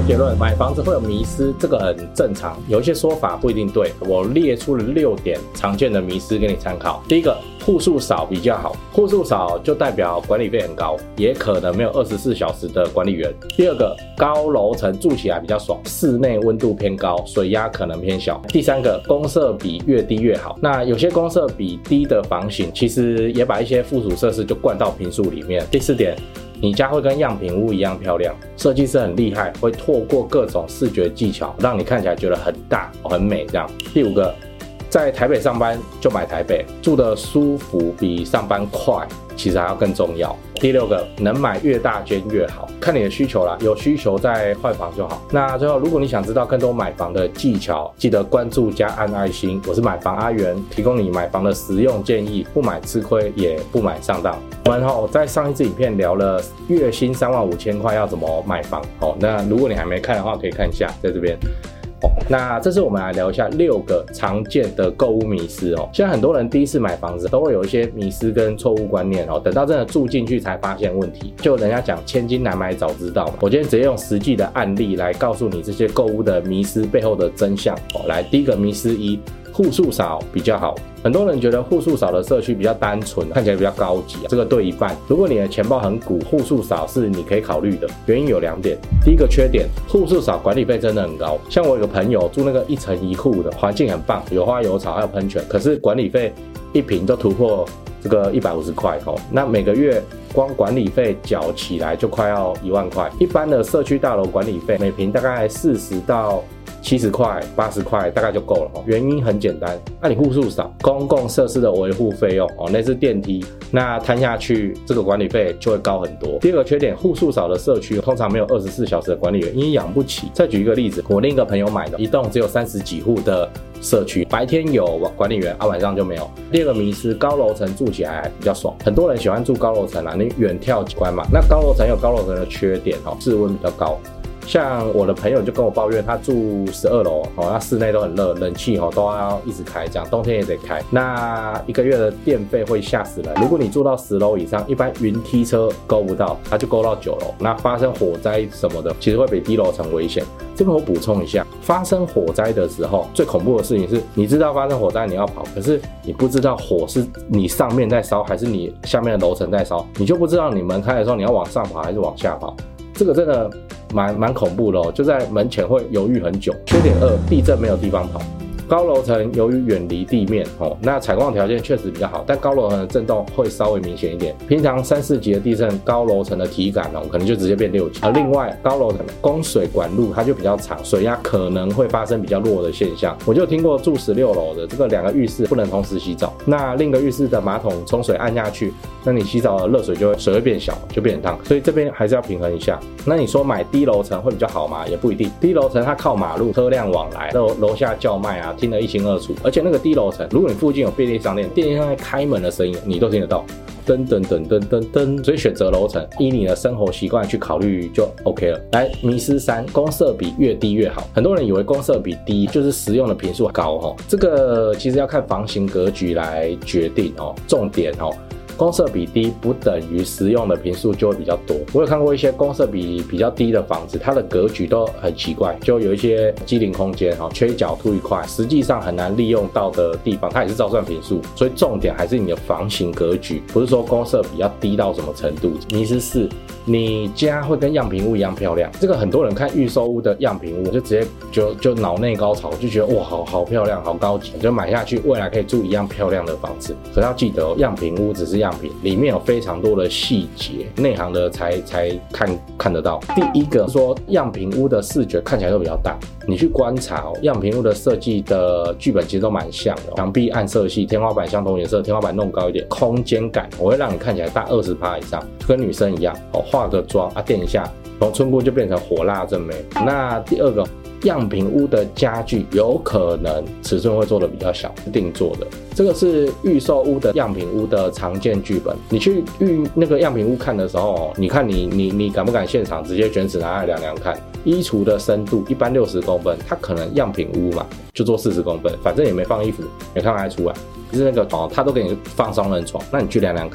结论，买房子会有迷思，这个很正常，有一些说法不一定对。我列出了6点常见的迷思给你参考。第一个，户数少比较好，户数少就代表管理费很高，也可能没有24小时的管理员。第二个，高楼层住起来比较爽，室内温度偏高，水压可能偏小。第三个，公设比越低越好。那有些公设比低的房型，其实也把一些附属设施就灌到坪数里面。第四点，你家会跟样品屋一样漂亮，设计师很厉害，会透过各种视觉技巧，让你看起来觉得很大、很美这样。第五个，在台北上班就买台北，住得舒服比上班快，其实还要更重要。第六个，能买越大间越好，看你的需求啦，有需求再换房就好。那最后，如果你想知道更多买房的技巧，记得关注加按爱心。我是买房阿元，提供你买房的实用建议，不买吃亏，也不买上当。我们在上一支影片聊了月薪35000块要怎么买房，那如果你还没看的话，可以看一下，在这边。那这次我们来聊一下6个常见的购物迷思。现在很多人第一次买房子都会有一些迷思跟错误观念，等到真的住进去才发现问题。就人家讲千金难买早知道嘛，我今天直接用实际的案例来告诉你这些购物的迷思背后的真相。来，第一个迷思1，户数少比较好。很多人觉得户数少的社区比较单纯，看起来比较高级，这个对一半。如果你的钱包很鼓，户数少是你可以考虑的。原因有2点。第一个缺点，户数少管理费真的很高。像我有个朋友住那个1层1户的，环境很棒，有花有草还有喷泉，可是管理费1坪都突破这个150块，那每个月光管理费缴起来就快要1万块。一般的社区大楼管理费每坪大概40到70块、80块大概就够了。原因很简单，你户数少，公共设施的维护费用，那是电梯，那摊下去这个管理费就会高很多。第二个缺点，户数少的社区通常没有24小时的管理员，因为养不起。再举一个例子，我另一个朋友买的一栋只有30几户的社区，白天有管理员，晚上就没有。第二个迷思，高楼层住起来比较爽。很多人喜欢住高楼层你远眺景观嘛。那高楼层有高楼层的缺点，室温比较高。像我的朋友就跟我抱怨，他住12楼，那室内都很热，冷气都要一直开，这样冬天也得开。那一个月的电费会吓死人。如果你住到10楼以上，一般云梯车勾不到，它就勾到9楼。那发生火灾什么的，其实会比低楼层危险。这边我补充一下，发生火灾的时候，最恐怖的事情是，你知道发生火灾你要跑，可是你不知道火是你上面在烧，还是你下面的楼层在烧，你就不知道你门开的时候你要往上跑还是往下跑。这个真的蛮恐怖的，就在门前会犹豫很久。缺点2，地震没有地方跑。高楼层由于远离地面，那采光条件确实比较好，但高楼层的震动会稍微明显一点。平常3、4级的地震，高楼层的体感可能就直接变6级。而另外，高楼层的供水管路它就比较长，水压可能会发生比较弱的现象。我就听过住16楼的这个2个浴室不能同时洗澡，那另一个浴室的马桶冲水按下去，那你洗澡的热水水会变小，就变很烫。所以这边还是要平衡一下。那你说买低楼层会比较好吗？也不一定。低楼层它靠马路，车辆往来，楼下叫卖啊，听得一清二楚。而且那个低楼层，如果你附近有便利商店，便利商店开门的声音你都听得到，噔噔噔噔噔噔。所以选择楼层，依你的生活习惯去考虑就 OK 了。来，迷思3，公设比越低越好。很多人以为公设比低就是实用的坪数高，这个其实要看房型格局来决定。重点公设比低不等于实用的坪数就会比较多。我有看过一些公设比较低的房子，它的格局都很奇怪，就有一些机灵空间，缺一角凸一块，实际上很难利用到的地方，它也是照算坪数。所以重点还是你的房型格局，不是说公设比要低到什么程度。迷思4，你家会跟样品屋一样漂亮。这个很多人看预售屋的样品屋，就直接就脑内高潮，就觉得哇，好漂亮，好高级，就买下去，未来可以住一样漂亮的房子。可是要记得样品屋只是样品，里面有非常多的细节，内行的才看得到。第一个说样品屋的视觉看起来都比较大，你去观察样品屋的设计的剧本其实都蛮像的，墙壁暗色系，天花板相同颜色，天花板弄高一点，空间感我会让你看起来大20%以上，就跟女生一样，化个妆垫一下，从村姑就变成火辣正妹。那第二个，样品屋的家具有可能尺寸会做的比较小，定做的。这个是预售屋的样品屋的常见剧本。你去那个样品屋看的时候，你看你敢不敢现场直接卷尺拿来量量看？衣橱的深度一般60公分，它可能样品屋嘛就做40公分，反正也没放衣服，也看不太出来。就是那个它都给你放双人床，那你去量量看，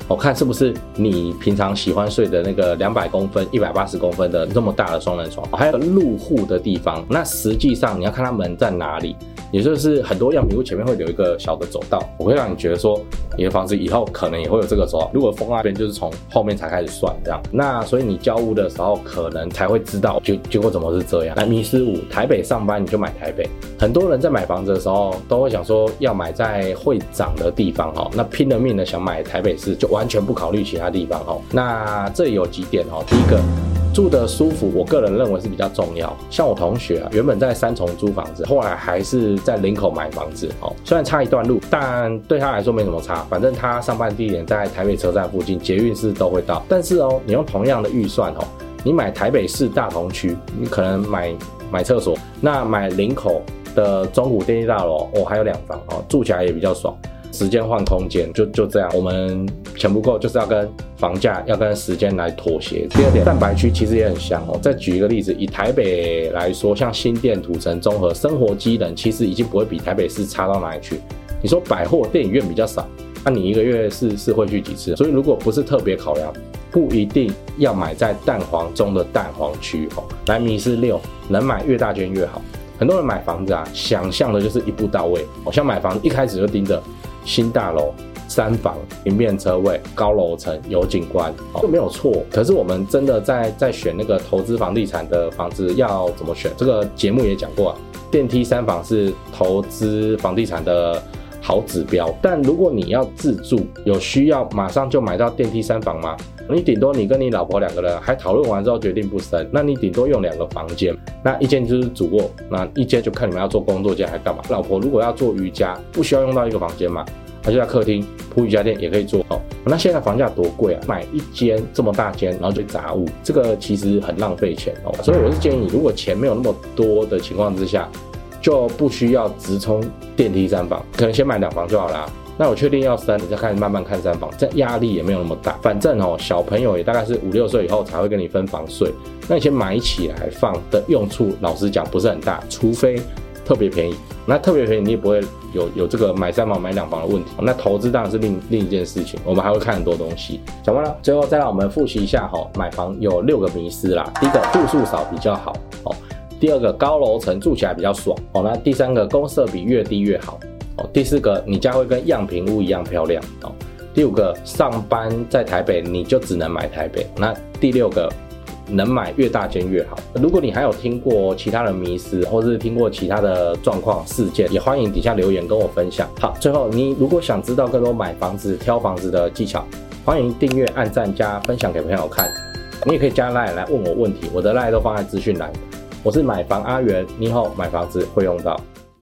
看是不是你平常喜欢睡的那个200公分、180公分的这么大的双人床，还有入户的地方。那实际上你要看它门在哪里，也就是很多样品屋前面会留一个小的走道，我会让你觉得说你的房子以后可能也会有这个走道。如果封那边就是从后面才开始算这样，那所以你交屋的时候可能才会知道结果怎么是这样。来，迷思5，台北上班你就买台北。很多人在买房子的时候都会想说要买在会涨的地方那拼了命的想买台北市，就完全不考虑其他地方那这里有几点第一个，住得舒服，我个人认为是比较重要。像我同学原本在3重租房子，后来还是在林口买房子虽然差一段路，但对他来说没什么差，反正他上班地点在台北车站附近，捷运是都会到。但是你用同样的预算你买台北市大同区，你可能买厕所，那买林口的中古电梯大楼还有2房住起来也比较爽。时间换空间，就这样。我们钱不够，就是要跟房价、要跟时间来妥协。第二点，蛋白区其实也很香再举一个例子，以台北来说，像新店、土城、中和，生活机能其实已经不会比台北市差到哪里去。你说百货、电影院比较少，那你一个月是会去几次？所以如果不是特别考量，不一定要买在蛋黄中的蛋黄区来，迷思6，能买越大间越好。很多人买房子想象的就是一步到位像买房一开始就盯着新大楼、3房、平面车位、高楼层、有景观这没有错。可是我们真的在选那个投资房地产的房子要怎么选？这个节目也讲过电梯3房是投资房地产的好指标。但如果你要自住，有需要马上就买到电梯3房吗？你顶多你跟你老婆2个人还讨论完之后决定不生，那你顶多用2个房间，那一间就是主卧，那一间就看你们要做工作间还干嘛。老婆如果要做瑜伽，不需要用到1个房间嘛，她就在客厅铺瑜伽垫也可以做那现在房价多贵买一间这么大间，然后就杂物，这个其实很浪费钱所以我是建议，如果钱没有那么多的情况之下，就不需要直冲电梯3房，可能先买2房就好啦。那我确定要生，你再开始慢慢看3房，这压力也没有那么大。反正小朋友也大概是5、6岁以后才会跟你分房睡，那你先买起来放的用处，老实讲不是很大，除非特别便宜。那特别便宜你也不会有这个买3房买2房的问题。那投资当然是另一件事情，我们还会看很多东西。讲完了，最后再让我们复习一下买房有6个迷思啦。第一个，户数少比较好第二个，高楼层住起来比较爽那第三个，公设比越低越好第四个，你家会跟样品屋一样漂亮第5个，上班在台北你就只能买台北。那第6个，能买越大间越好。如果你还有听过其他的迷思，或是听过其他的状况事件，也欢迎底下留言跟我分享。好，最后你如果想知道更多买房子、挑房子的技巧，欢迎订阅、按赞、加分享给朋友看。你也可以加 LINE 来问我问题，我的 LINE 都放在资讯栏。我是买房阿元，你以后买房子会用到。